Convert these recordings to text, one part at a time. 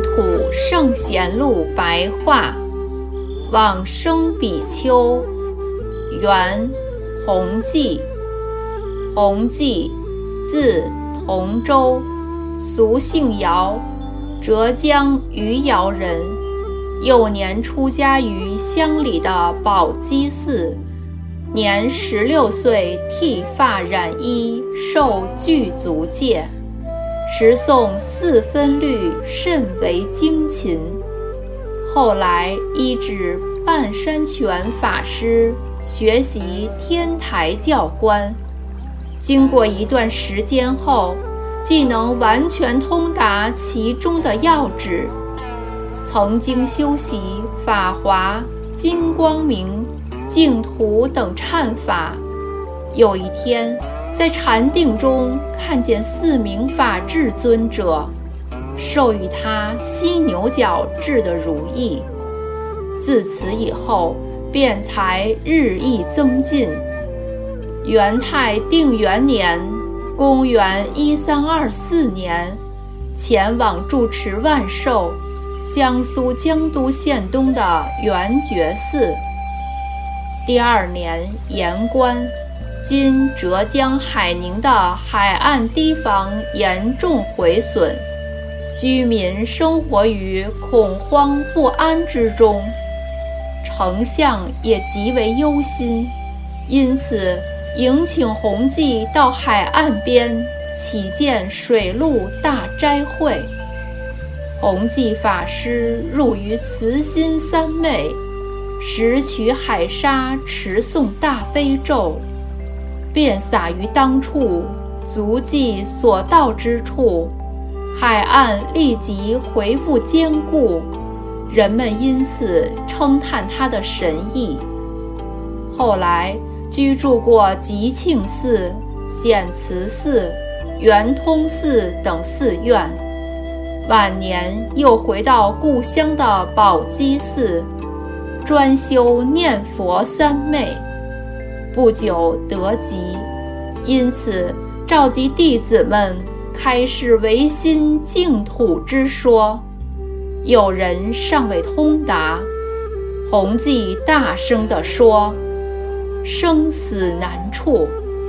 土圣贤录白话，往生比丘，元，弘济。弘济，字同州，俗姓姚，浙江余姚人。幼年出家于乡里的宝鸡寺，年16岁剃发染衣，受具足戒。持诵4分律，甚为精勤。后来依止半山泉法师学习天台教官，经过一段时间后，既能完全通达其中的要旨。曾经修习法华、金光明、净土等忏法。有一天在禅定中看见4名法智尊者，授予他犀牛角制的如意。自此以后，辩才日益增进。元泰定元年，公元1324年，前往住持万寿，江苏江都县东的圆觉寺。第2年盐官，今浙江海宁的海岸堤防严重毁损，居民生活于恐慌不安之中，丞相也极为忧心，因此迎请弘济到海岸边起建水陆大斋会。弘济法师入于慈心三昧，拾取海沙，持诵大悲咒，遍洒于当处，足迹所到之处，海岸立即恢复坚固，人们因此称叹他的神意。后来居住过吉庆寺、显慈寺、圆通寺等寺院，晚年又回到故乡的宝鸡寺，专修念佛三昧。不久得疾，因此召集弟子们开示唯心净土之说。有人尚未通达，弘济大声地说：生死难处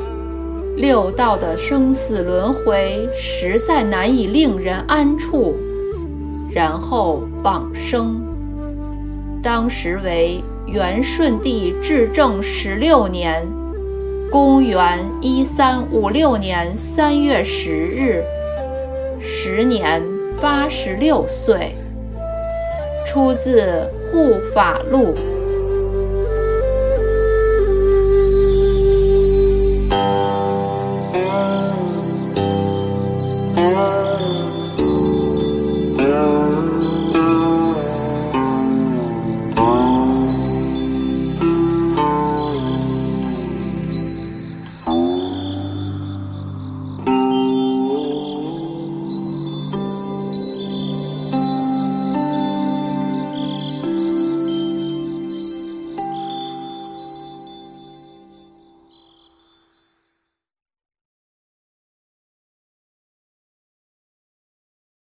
，6道的生死轮回实在难以令人安处，然后往生。当时为元顺帝至正16年，公元1356年3月10日，时年86岁。出自《护法录》。